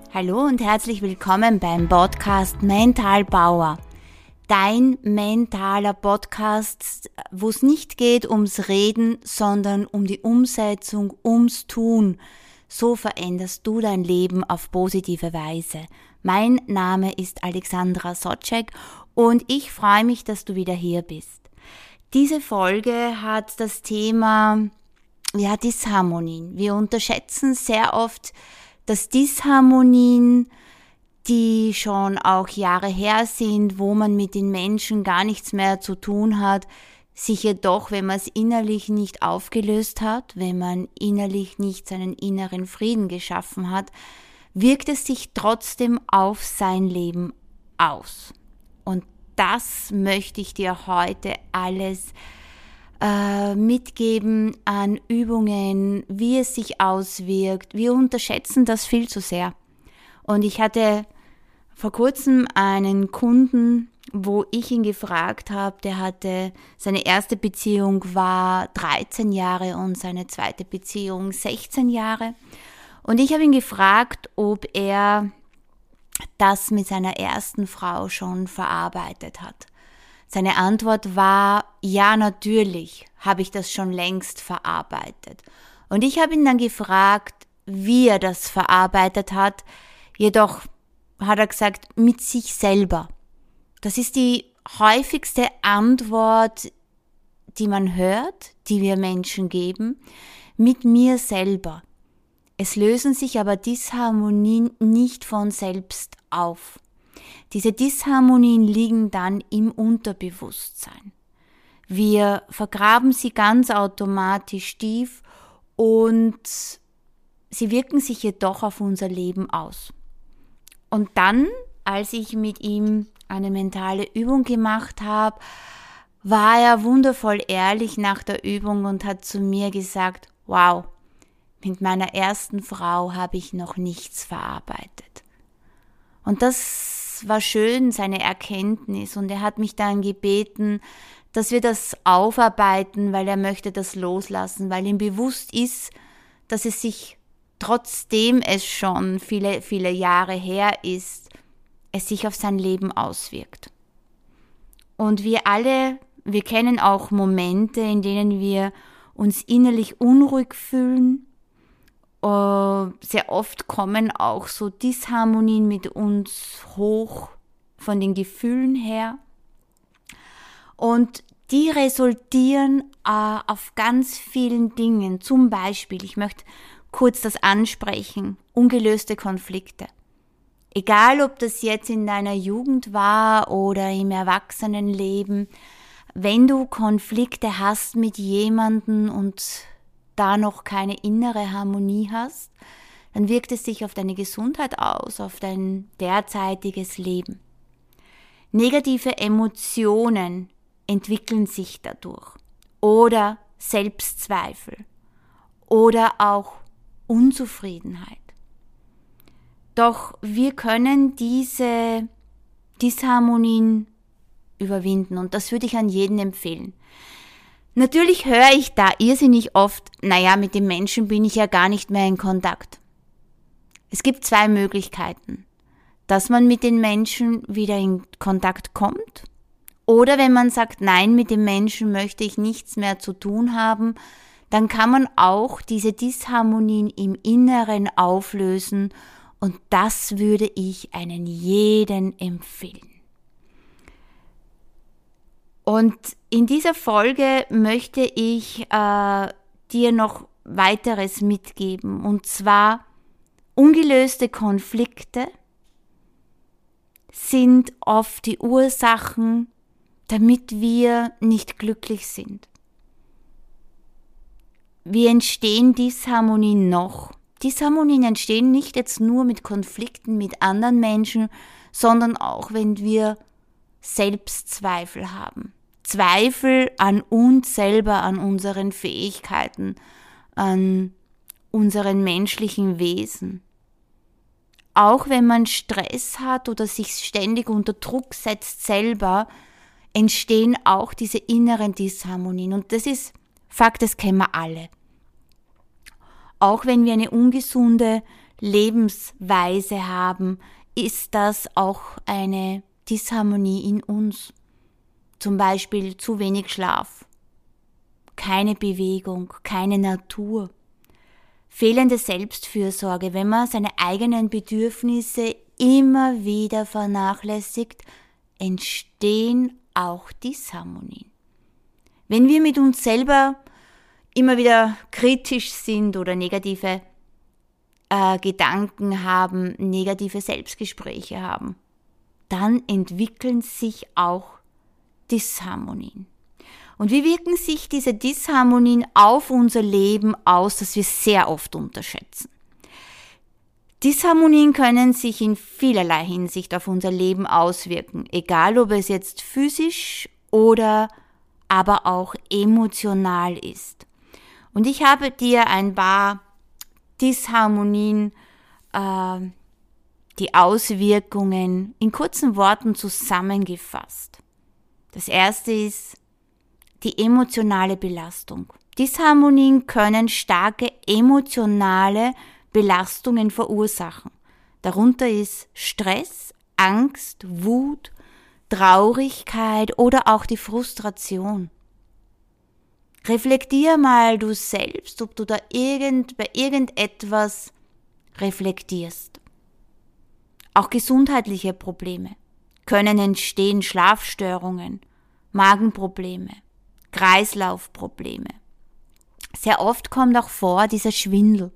Hallo und herzlich willkommen beim Podcast Mental Power. Dein mentaler Podcast, wo es nicht geht ums Reden, sondern um die Umsetzung, ums Tun. So veränderst du dein Leben auf positive Weise. Mein Name ist Alexandra Socek und ich freue mich, dass du wieder hier bist. Diese Folge hat das Thema Disharmonien. Wir unterschätzen sehr oft, dass Disharmonien, die schon auch Jahre her sind, wo man mit den Menschen gar nichts mehr zu tun hat, sich jedoch, wenn man es innerlich nicht aufgelöst hat, wenn man innerlich nicht seinen inneren Frieden geschaffen hat, wirkt es sich trotzdem auf sein Leben aus. Und das möchte ich dir heute alles mitgeben an Übungen, wie es sich auswirkt. Wir unterschätzen das viel zu sehr. Und ich hatte vor kurzem einen Kunden, wo ich ihn gefragt habe, der hatte, seine erste Beziehung war 13 Jahre und seine zweite Beziehung 16 Jahre. Und ich habe ihn gefragt, ob er das mit seiner ersten Frau schon verarbeitet hat. Seine Antwort war, ja, natürlich habe ich das schon längst verarbeitet. Und ich habe ihn dann gefragt, wie er das verarbeitet hat. Jedoch hat er gesagt, mit sich selber. Das ist die häufigste Antwort, die man hört, die wir Menschen geben, mit mir selber. Es lösen sich aber Disharmonien nicht von selbst auf. Diese Disharmonien liegen dann im Unterbewusstsein. Wir vergraben sie ganz automatisch tief und sie wirken sich jedoch auf unser Leben aus. Und dann, als ich mit ihm eine mentale Übung gemacht habe, war er wundervoll ehrlich nach der Übung und hat zu mir gesagt, wow, mit meiner ersten Frau habe ich noch nichts verarbeitet. Und das war schön, seine Erkenntnis, und er hat mich dann gebeten, dass wir das aufarbeiten, weil er möchte das loslassen, weil ihm bewusst ist, dass es sich, trotzdem es schon viele, viele Jahre her ist, es sich auf sein Leben auswirkt. Und wir alle, wir kennen auch Momente, in denen wir uns innerlich unruhig fühlen. Sehr oft kommen auch so Disharmonien mit uns hoch von den Gefühlen her. Und die resultieren auf ganz vielen Dingen. Zum Beispiel, ich möchte kurz das ansprechen, ungelöste Konflikte. Egal, ob das jetzt in deiner Jugend war oder im Erwachsenenleben, wenn du Konflikte hast mit jemandem und da noch keine innere Harmonie hast, dann wirkt es sich auf deine Gesundheit aus, auf dein derzeitiges Leben. Negative Emotionen entwickeln sich dadurch oder Selbstzweifel oder auch Unzufriedenheit. Doch wir können diese Disharmonien überwinden und das würde ich an jeden empfehlen. Natürlich höre ich da irrsinnig oft, mit dem Menschen bin ich ja gar nicht mehr in Kontakt. Es gibt zwei Möglichkeiten, dass man mit den Menschen wieder in Kontakt kommt oder wenn man sagt, nein, mit dem Menschen möchte ich nichts mehr zu tun haben, dann kann man auch diese Disharmonien im Inneren auflösen und das würde ich einen jeden empfehlen. Und in dieser Folge möchte ich dir noch weiteres mitgeben, und zwar ungelöste Konflikte sind oft die Ursachen, damit wir nicht glücklich sind. Wie entstehen Disharmonien noch? Disharmonien entstehen nicht jetzt nur mit Konflikten mit anderen Menschen, sondern auch, wenn wir Selbstzweifel haben. Zweifel an uns selber, an unseren Fähigkeiten, an unseren menschlichen Wesen. Auch wenn man Stress hat oder sich ständig unter Druck setzt selber, entstehen auch diese inneren Disharmonien. Und das ist Fakt, das kennen wir alle. Auch wenn wir eine ungesunde Lebensweise haben, ist das auch eine Disharmonie in uns. Zum Beispiel zu wenig Schlaf, keine Bewegung, keine Natur, fehlende Selbstfürsorge, wenn man seine eigenen Bedürfnisse immer wieder vernachlässigt, entstehen auch Disharmonien. Wenn wir mit uns selber immer wieder kritisch sind oder negative Gedanken haben, negative Selbstgespräche haben, dann entwickeln sich auch Disharmonien. Und wie wirken sich diese Disharmonien auf unser Leben aus, das wir sehr oft unterschätzen? Disharmonien können sich in vielerlei Hinsicht auf unser Leben auswirken, egal ob es jetzt physisch oder aber auch emotional ist. Und ich habe dir ein paar Disharmonien, die Auswirkungen in kurzen Worten zusammengefasst. Das erste ist die emotionale Belastung. Disharmonien können starke emotionale Belastungen verursachen. Darunter ist Stress, Angst, Wut, Traurigkeit oder auch die Frustration. Reflektier mal du selbst, ob du da bei irgendetwas reflektierst. Auch gesundheitliche Probleme können entstehen, Schlafstörungen, Magenprobleme, Kreislaufprobleme. Sehr oft kommt auch vor dieser Schwindel.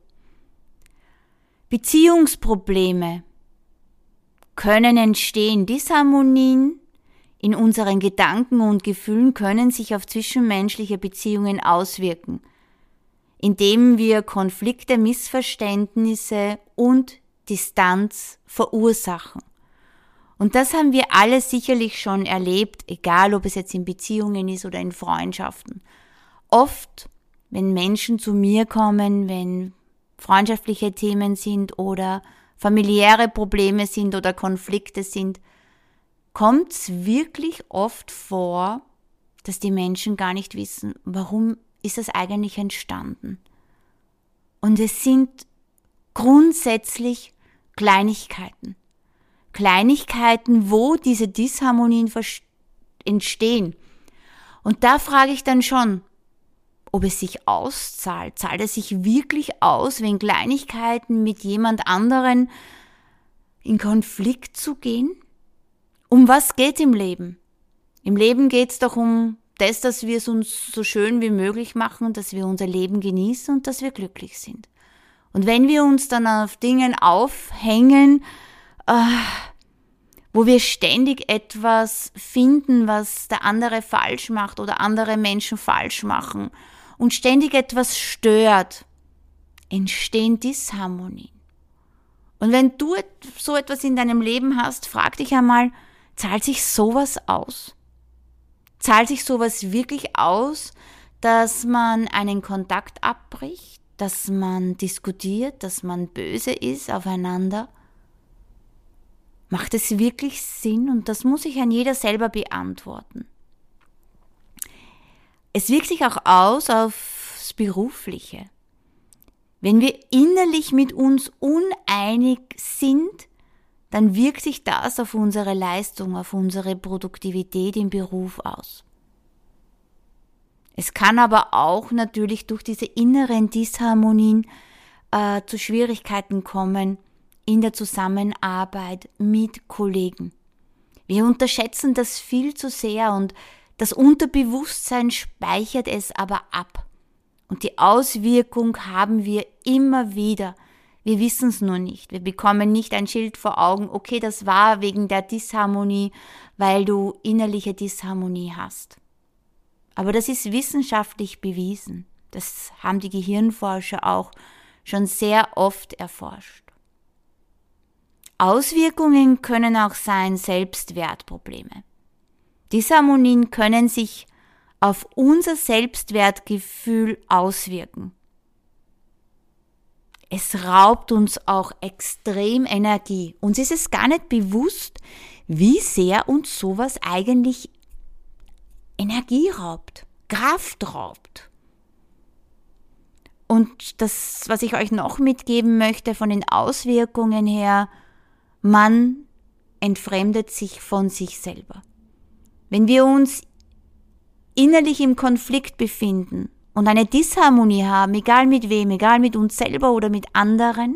Beziehungsprobleme können entstehen. Disharmonien in unseren Gedanken und Gefühlen können sich auf zwischenmenschliche Beziehungen auswirken, indem wir Konflikte, Missverständnisse und Distanz verursachen. Und das haben wir alle sicherlich schon erlebt, egal ob es jetzt in Beziehungen ist oder in Freundschaften. Oft, wenn Menschen zu mir kommen, wenn freundschaftliche Themen sind oder familiäre Probleme sind oder Konflikte sind, kommt es wirklich oft vor, dass die Menschen gar nicht wissen, warum ist das eigentlich entstanden. Und es sind grundsätzlich Kleinigkeiten. Kleinigkeiten, wo diese Disharmonien entstehen. Und da frage ich dann schon, ob es sich auszahlt. Zahlt es sich wirklich aus, wenn Kleinigkeiten mit jemand anderen in Konflikt zu gehen? Um was geht im Leben? Im Leben geht es doch um das, dass wir es uns so schön wie möglich machen, dass wir unser Leben genießen und dass wir glücklich sind. Und wenn wir uns dann auf Dingen aufhängen, wo wir ständig etwas finden, was der andere falsch macht oder andere Menschen falsch machen und ständig etwas stört, entstehen Disharmonien. Und wenn du so etwas in deinem Leben hast, frag dich einmal, zahlt sich sowas aus? Zahlt sich sowas wirklich aus, dass man einen Kontakt abbricht, dass man diskutiert, dass man böse ist aufeinander? Macht es wirklich Sinn? Und das muss sich an jeder selber beantworten. Es wirkt sich auch aus aufs Berufliche. Wenn wir innerlich mit uns uneinig sind, dann wirkt sich das auf unsere Leistung, auf unsere Produktivität im Beruf aus. Es kann aber auch natürlich durch diese inneren Disharmonien zu Schwierigkeiten kommen in der Zusammenarbeit mit Kollegen. Wir unterschätzen das viel zu sehr und das Unterbewusstsein speichert es aber ab. Und die Auswirkung haben wir immer wieder. Wir wissen es nur nicht. Wir bekommen nicht ein Schild vor Augen, okay, das war wegen der Disharmonie, weil du innerliche Disharmonie hast. Aber das ist wissenschaftlich bewiesen. Das haben die Gehirnforscher auch schon sehr oft erforscht. Auswirkungen können auch sein Selbstwertprobleme. Disharmonien können sich auf unser Selbstwertgefühl auswirken. Es raubt uns auch extrem Energie. Uns ist es gar nicht bewusst, wie sehr uns sowas eigentlich Energie raubt, Kraft raubt. Und das, was ich euch noch mitgeben möchte von den Auswirkungen her, man entfremdet sich von sich selber. Wenn wir uns innerlich im Konflikt befinden und eine Disharmonie haben, egal mit wem, egal mit uns selber oder mit anderen,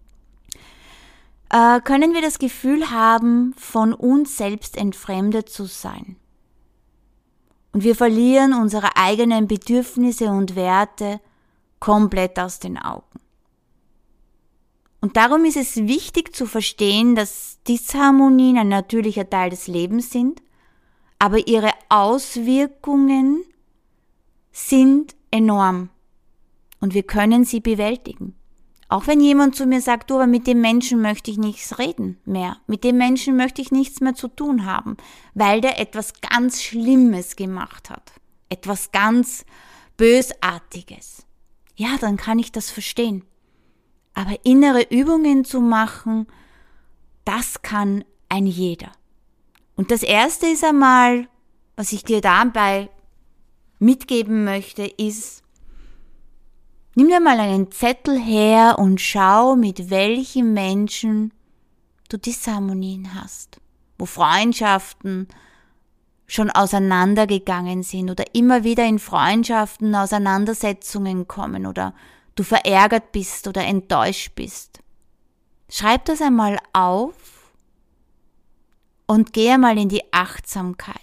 können wir das Gefühl haben, von uns selbst entfremdet zu sein. Und wir verlieren unsere eigenen Bedürfnisse und Werte komplett aus den Augen. Und darum ist es wichtig zu verstehen, dass Disharmonien ein natürlicher Teil des Lebens sind, aber ihre Auswirkungen sind enorm und wir können sie bewältigen. Auch wenn jemand zu mir sagt, du, aber mit dem Menschen möchte ich nichts reden mehr, mit dem Menschen möchte ich nichts mehr zu tun haben, weil der etwas ganz Schlimmes gemacht hat, etwas ganz Bösartiges. Ja, dann kann ich das verstehen. Aber innere Übungen zu machen, das kann ein jeder. Und das Erste ist einmal, was ich dir dabei mitgeben möchte, ist, nimm dir mal einen Zettel her und schau, mit welchen Menschen du Disharmonien hast, wo Freundschaften schon auseinandergegangen sind oder immer wieder in Freundschaften Auseinandersetzungen kommen oder du verärgert bist oder enttäuscht bist. Schreib das einmal auf und geh einmal in die Achtsamkeit.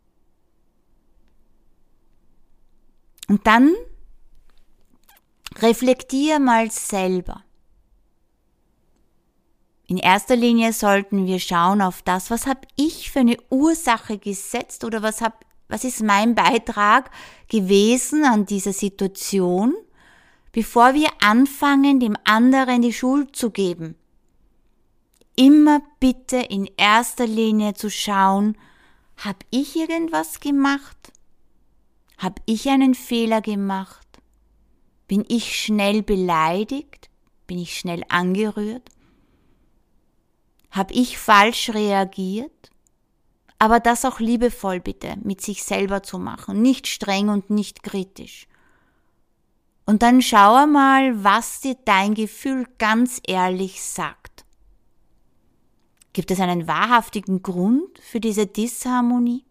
Und dann reflektier mal selber. In erster Linie sollten wir schauen auf das, was habe ich für eine Ursache gesetzt oder was ist mein Beitrag gewesen an dieser Situation, bevor wir anfangen, dem anderen die Schuld zu geben. Immer bitte in erster Linie zu schauen, habe ich irgendwas gemacht? Habe ich einen Fehler gemacht? Bin ich schnell beleidigt? Bin ich schnell angerührt? Habe ich falsch reagiert? Aber das auch liebevoll bitte mit sich selber zu machen, nicht streng und nicht kritisch. Und dann schau einmal, was dir dein Gefühl ganz ehrlich sagt. Gibt es einen wahrhaftigen Grund für diese Disharmonie?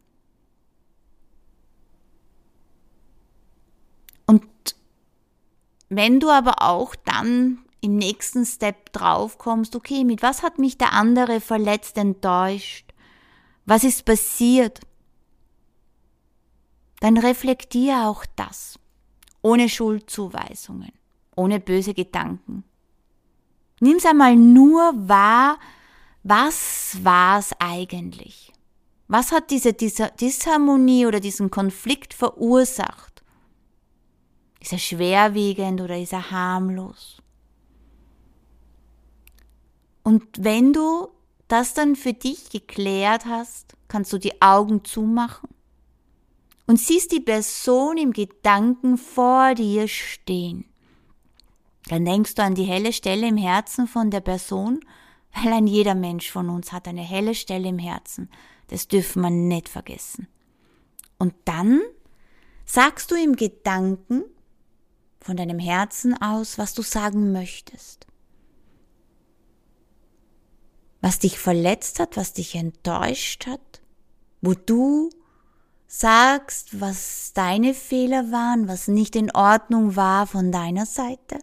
Und wenn du aber auch dann im nächsten Step drauf kommst, okay, mit was hat mich der andere verletzt, enttäuscht? Was ist passiert? Dann reflektiere auch das. Ohne Schuldzuweisungen, ohne böse Gedanken. Nimm's einmal nur wahr, was war's eigentlich? Was hat diese Disharmonie oder diesen Konflikt verursacht? Ist er schwerwiegend oder ist er harmlos? Und wenn du das dann für dich geklärt hast, kannst du die Augen zumachen und siehst die Person im Gedanken vor dir stehen. Dann denkst du an die helle Stelle im Herzen von der Person, weil ein jeder Mensch von uns hat eine helle Stelle im Herzen. Das dürfen wir nicht vergessen. Und dann sagst du im Gedanken von deinem Herzen aus, was du sagen möchtest. Was dich verletzt hat, was dich enttäuscht hat, wo du sagst, was deine Fehler waren, was nicht in Ordnung war von deiner Seite.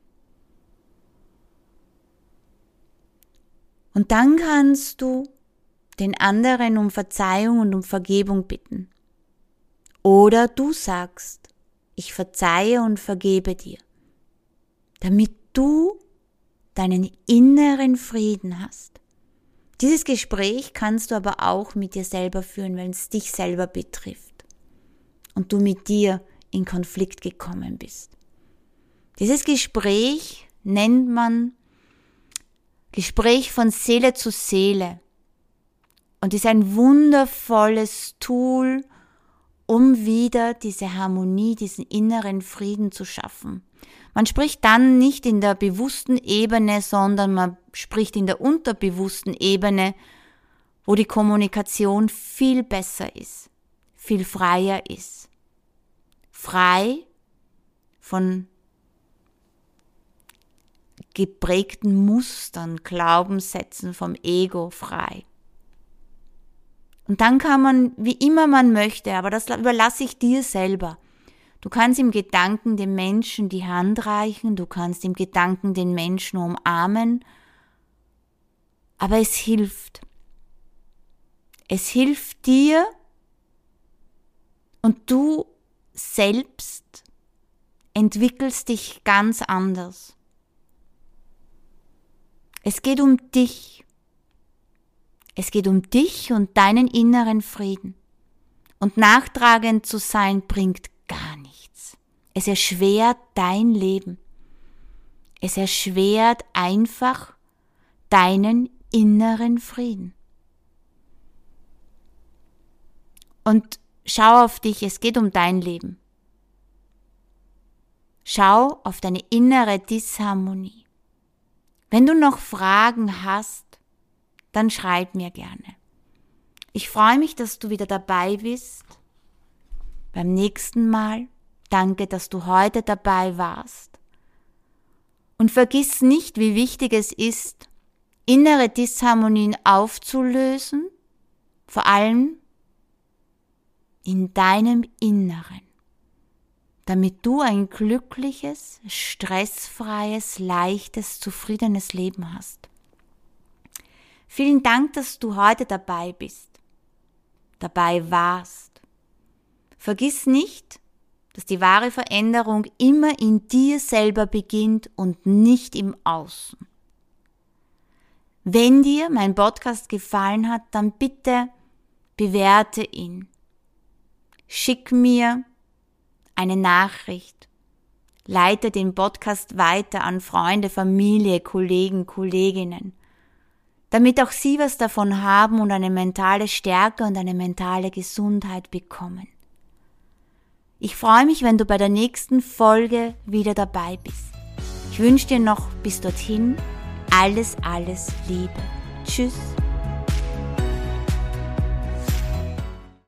Und dann kannst du den anderen um Verzeihung und um Vergebung bitten. Oder du sagst, ich verzeihe und vergebe dir, damit du deinen inneren Frieden hast. Dieses Gespräch kannst du aber auch mit dir selber führen, wenn es dich selber betrifft und du mit dir in Konflikt gekommen bist. Dieses Gespräch nennt man Gespräch von Seele zu Seele und ist ein wundervolles Tool, um wieder diese Harmonie, diesen inneren Frieden zu schaffen. Man spricht dann nicht in der bewussten Ebene, sondern man spricht in der unterbewussten Ebene, wo die Kommunikation viel besser ist, viel freier ist. Frei von geprägten Mustern, Glaubenssätzen vom Ego frei. Und dann kann man, wie immer man möchte, aber das überlasse ich dir selber. Du kannst im Gedanken dem Menschen die Hand reichen, du kannst im Gedanken den Menschen umarmen, aber es hilft. Es hilft dir und du selbst entwickelst dich ganz anders. Es geht um dich. Es geht um dich und deinen inneren Frieden. Und nachtragend zu sein bringt gar nichts. Es erschwert dein Leben. Es erschwert einfach deinen inneren Frieden. Und schau auf dich, es geht um dein Leben. Schau auf deine innere Disharmonie. Wenn du noch Fragen hast, dann schreib mir gerne. Ich freue mich, dass du wieder dabei bist. Beim nächsten Mal. Danke, dass du heute dabei warst. Und vergiss nicht, wie wichtig es ist, innere Disharmonien aufzulösen, vor allem in deinem Inneren, damit du ein glückliches, stressfreies, leichtes, zufriedenes Leben hast. Vielen Dank, dass du heute dabei bist, dabei warst. Vergiss nicht, dass die wahre Veränderung immer in dir selber beginnt und nicht im Außen. Wenn dir mein Podcast gefallen hat, dann bitte bewerte ihn. Schick mir eine Nachricht. Leite den Podcast weiter an Freunde, Familie, Kollegen, Kolleginnen, damit auch sie was davon haben und eine mentale Stärke und eine mentale Gesundheit bekommen. Ich freue mich, wenn du bei der nächsten Folge wieder dabei bist. Ich wünsche dir noch bis dorthin alles Liebe. Tschüss.